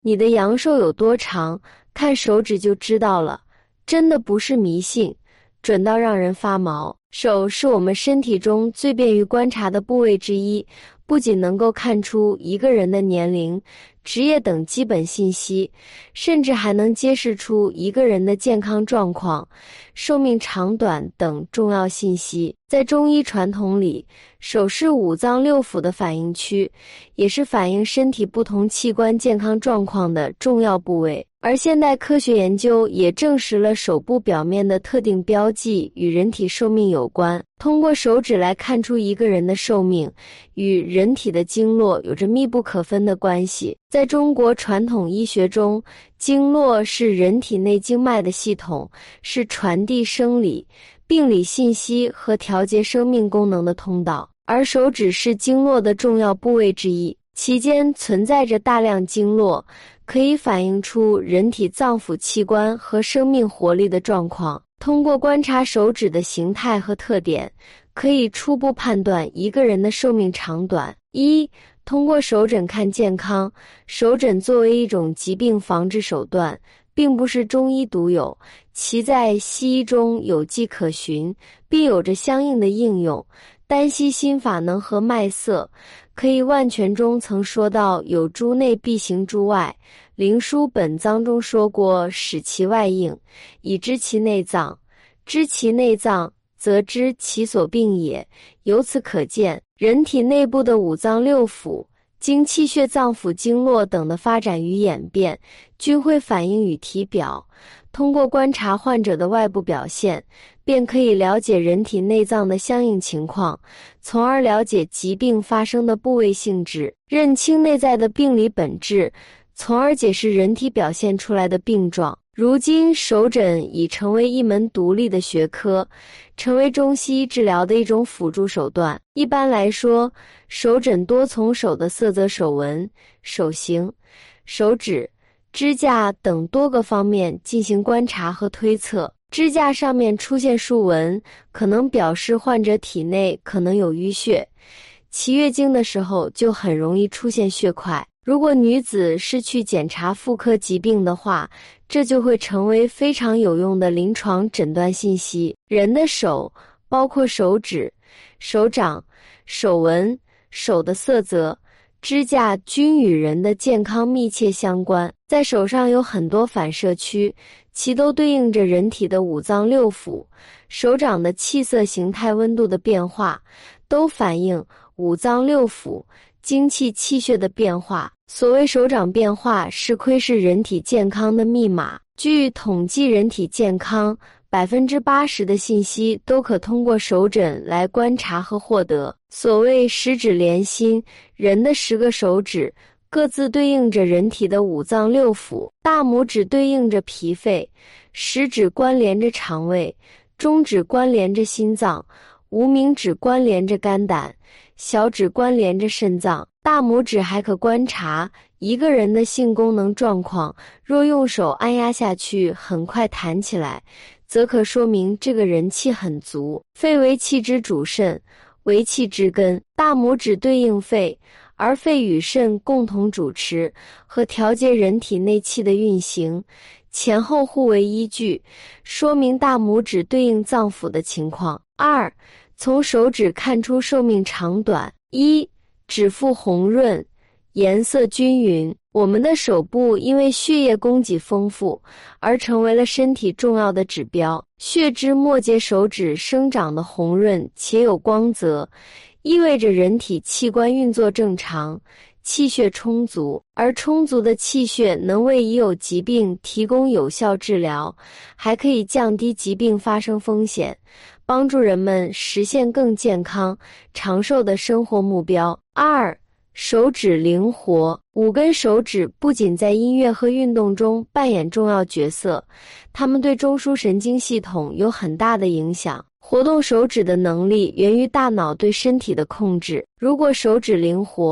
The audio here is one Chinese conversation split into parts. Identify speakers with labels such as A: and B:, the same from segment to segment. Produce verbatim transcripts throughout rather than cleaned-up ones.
A: 你的阳寿有多长，看手指就知道了，真的不是迷信，准到让人发毛。手是我们身体中最便于观察的部位之一，不仅能够看出一个人的年龄、职业等基本信息，甚至还能揭示出一个人的健康状况、寿命长短等重要信息。在中医传统里，手是五脏六腑的反应区，也是反映身体不同器官健康状况的重要部位。而现代科学研究也证实了手部表面的特定标记与人体寿命有关。通过手指来看出一个人的寿命，与人体的经络有着密不可分的关系。在中国传统医学中，经络是人体内经脉的系统，是传递生理、病理信息和调节生命功能的通道，而手指是经络的重要部位之一，其间存在着大量经络，可以反映出人体脏腑器官和生命活力的状况。通过观察手指的形态和特点，可以初步判断一个人的寿命长短。一、通过手诊看健康。手诊作为一种疾病防治手段，并不是中医独有，其在西医中有迹可循，并有着相应的应用。丹溪心法能和脉色，可以万全中曾说到有诸内必行诸外，灵枢本脏中说过使其外应，以知其内脏，知其内脏则知其所病也。由此可见，人体内部的五脏六腑、经气血脏腑经络等的发展与演变，均会反映于体表。通过观察患者的外部表现，便可以了解人体内脏的相应情况，从而了解疾病发生的部位性质，认清内在的病理本质，从而解释人体表现出来的病状。如今，手诊已成为一门独立的学科，成为中西医治疗的一种辅助手段。一般来说，手诊多从手的色泽、手纹、手型、手指、指甲等多个方面进行观察和推测。指甲上面出现竖纹，可能表示患者体内可能有淤血，其月经的时候就很容易出现血块。如果女子是去检查妇科疾病的话，这就会成为非常有用的临床诊断信息。人的手，包括手指、手掌、手纹、手的色泽、指甲均与人的健康密切相关。在手上有很多反射区，其都对应着人体的五脏六腑。手掌的气色、形态、温度的变化，都反映五脏六腑、精气气血的变化。所谓手掌变化，是窥视人体健康的密码。据统计，人体健康 百分之八十 的信息都可通过手诊来观察和获得。所谓十指连心，人的十个手指各自对应着人体的五脏六腑，大拇指对应着脾肺，食指关联着肠胃，中指关联着心脏，无名指关联着肝胆，小指关联着肾脏。大拇指还可观察一个人的性功能状况，若用手按压下去很快弹起来，则可说明这个人气很足。肺为气之主，肾为气之根，大拇指对应肺，而肺与肾共同主持和调节人体内气的运行，前后互为依据，说明大拇指对应脏腑的情况。二、从手指看出寿命长短。一、指腹红润，颜色均匀。我们的手部因为血液供给丰富，而成为了身体重要的指标。血枝末节手指生长的红润且有光泽，意味着人体器官运作正常，气血充足。而充足的气血能为已有疾病提供有效治疗，还可以降低疾病发生风险，帮助人们实现更健康、长寿的生活目标。二、手指灵活。五根手指不仅在音乐和运动中扮演重要角色，它们对中枢神经系统有很大的影响。活动手指的能力源于大脑对身体的控制。如果手指灵活，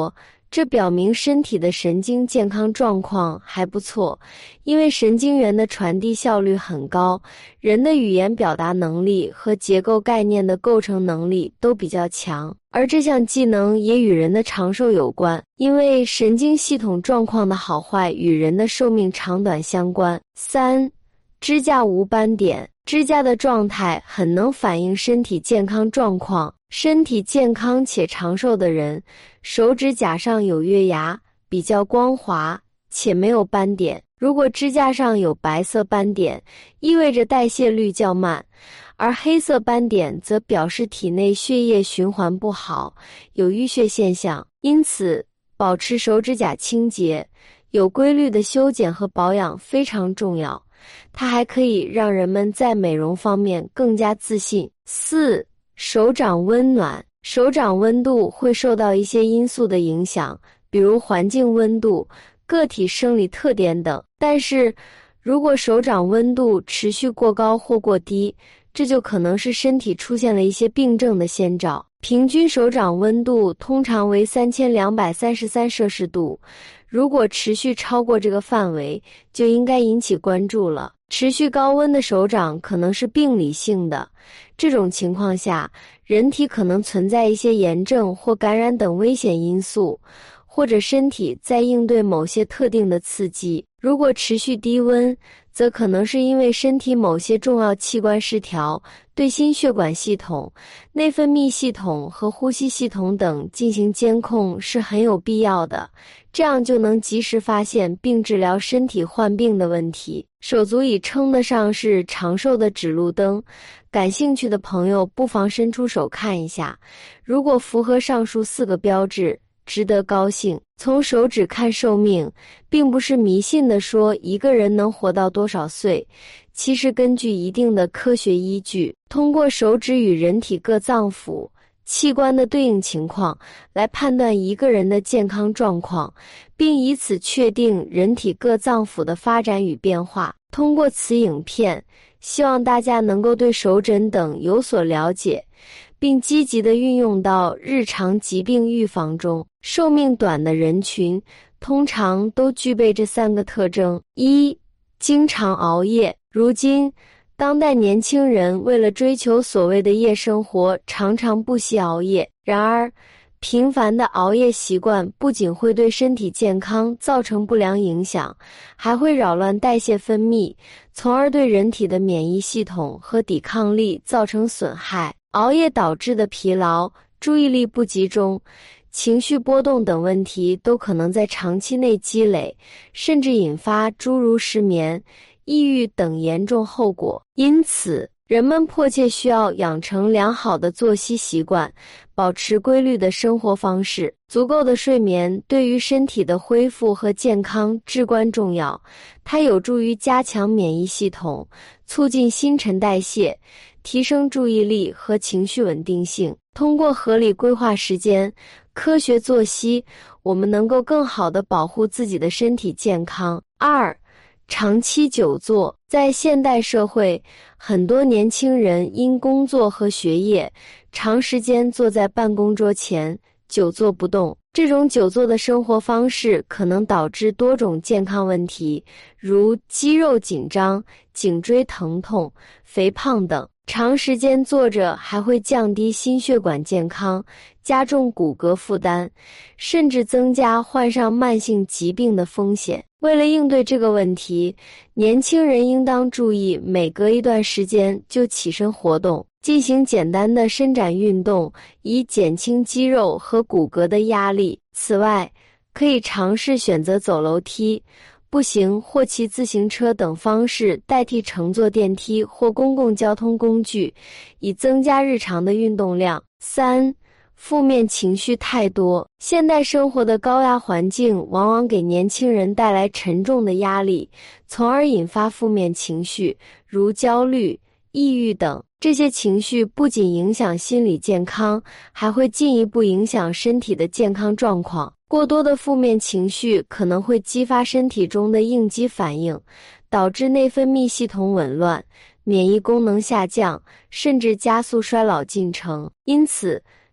A: 这表明身体的神经健康状况还不错，因为神经元的传递效率很高，人的语言表达能力和结构概念的构成能力都比较强，而这项技能也与人的长寿有关，因为神经系统状况的好坏与人的寿命长短相关。三、指甲无斑点，指甲的状态很能反映身体健康状况。身体健康且长寿的人，手指甲上有月牙，比较光滑，且没有斑点。如果指甲上有白色斑点，意味着代谢率较慢，而黑色斑点则表示体内血液循环不好，有淤血现象。因此，保持手指甲清洁、有规律的修剪和保养非常重要。它还可以让人们在美容方面更加自信。四、手掌温暖，手掌温度会受到一些因素的影响，比如环境温度、个体生理特点等。但是，如果手掌温度持续过高或过低，这就可能是身体出现了一些病症的先兆。平均手掌温度通常为三千两百三十三摄氏度，如果持续超过这个范围，就应该引起关注了。持续高温的手掌可能是病理性的，这种情况下，人体可能存在一些炎症或感染等危险因素，或者身体在应对某些特定的刺激。如果持续低温，则可能是因为身体某些重要器官失调，对心血管系统、内分泌系统和呼吸系统等进行监控是很有必要的，这样就能及时发现并治疗身体患病的问题。手足以称得上是长寿的指路灯，感兴趣的朋友不妨伸出手看一下，如果符合上述四个标志，值得高兴。从手指看寿命，并不是迷信的说一个人能活到多少岁，其实根据一定的科学依据，通过手指与人体各脏腑、器官的对应情况来判断一个人的健康状况，并以此确定人体各脏腑的发展与变化。通过此影片，希望大家能够对手诊等有所了解，并积极地运用到日常疾病预防中。寿命短的人群通常都具备这三个特征：一、经常熬夜。如今，当代年轻人为了追求所谓的夜生活，常常不惜熬夜。然而，频繁的熬夜习惯不仅会对身体健康造成不良影响，还会扰乱代谢分泌，从而对人体的免疫系统和抵抗力造成损害。熬夜导致的疲劳、注意力不集中、情绪波动等问题都可能在长期内积累，甚至引发诸如失眠、抑郁等严重后果。因此，人们迫切需要养成良好的作息习惯，保持规律的生活方式。足够的睡眠对于身体的恢复和健康至关重要，它有助于加强免疫系统，促进新陈代谢，提升注意力和情绪稳定性。通过合理规划时间、科学作息，我们能够更好地保护自己的身体健康。二、长期久坐。在现代社会，很多年轻人因工作和学业，长时间坐在办公桌前，久坐不动。这种久坐的生活方式可能导致多种健康问题，如肌肉紧张、颈椎疼痛、肥胖等。长时间坐着还会降低心血管健康，加重骨骼负担，甚至增加患上慢性疾病的风险。为了应对这个问题，年轻人应当注意每隔一段时间就起身活动，进行简单的伸展运动，以减轻肌肉和骨骼的压力。此外，可以尝试选择走楼梯、步行或骑自行车等方式代替乘坐电梯或公共交通工具，以增加日常的运动量。三、负面情绪太多。现代生活的高压环境往往给年轻人带来沉重的压力，从而引发负面情绪，如焦虑、抑郁等。这些情绪不仅影响心理健康，还会进一步影响身体的健康状况。过多的负面情绪可能会激发身体中的应激反应，导致内分泌系统紊乱，免疫功能下降，甚至加速衰老进程。因此，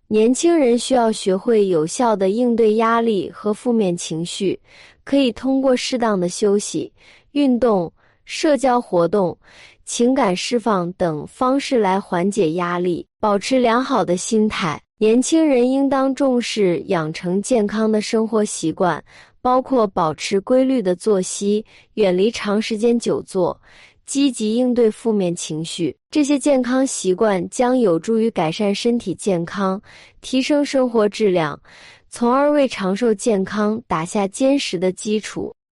A: 年轻人需要学会有效地应对压力和负面情绪，可以通过适当的休息、运动、社交活动、情感释放等方式来缓解压力，保持良好的心态。年轻人应当重视养成健康的生活习惯，包括保持规律的作息，远离长时间久坐，积极应对负面情绪。这些健康习惯将有助于改善身体健康，提升生活质量，从而为长寿健康打下坚实的基础。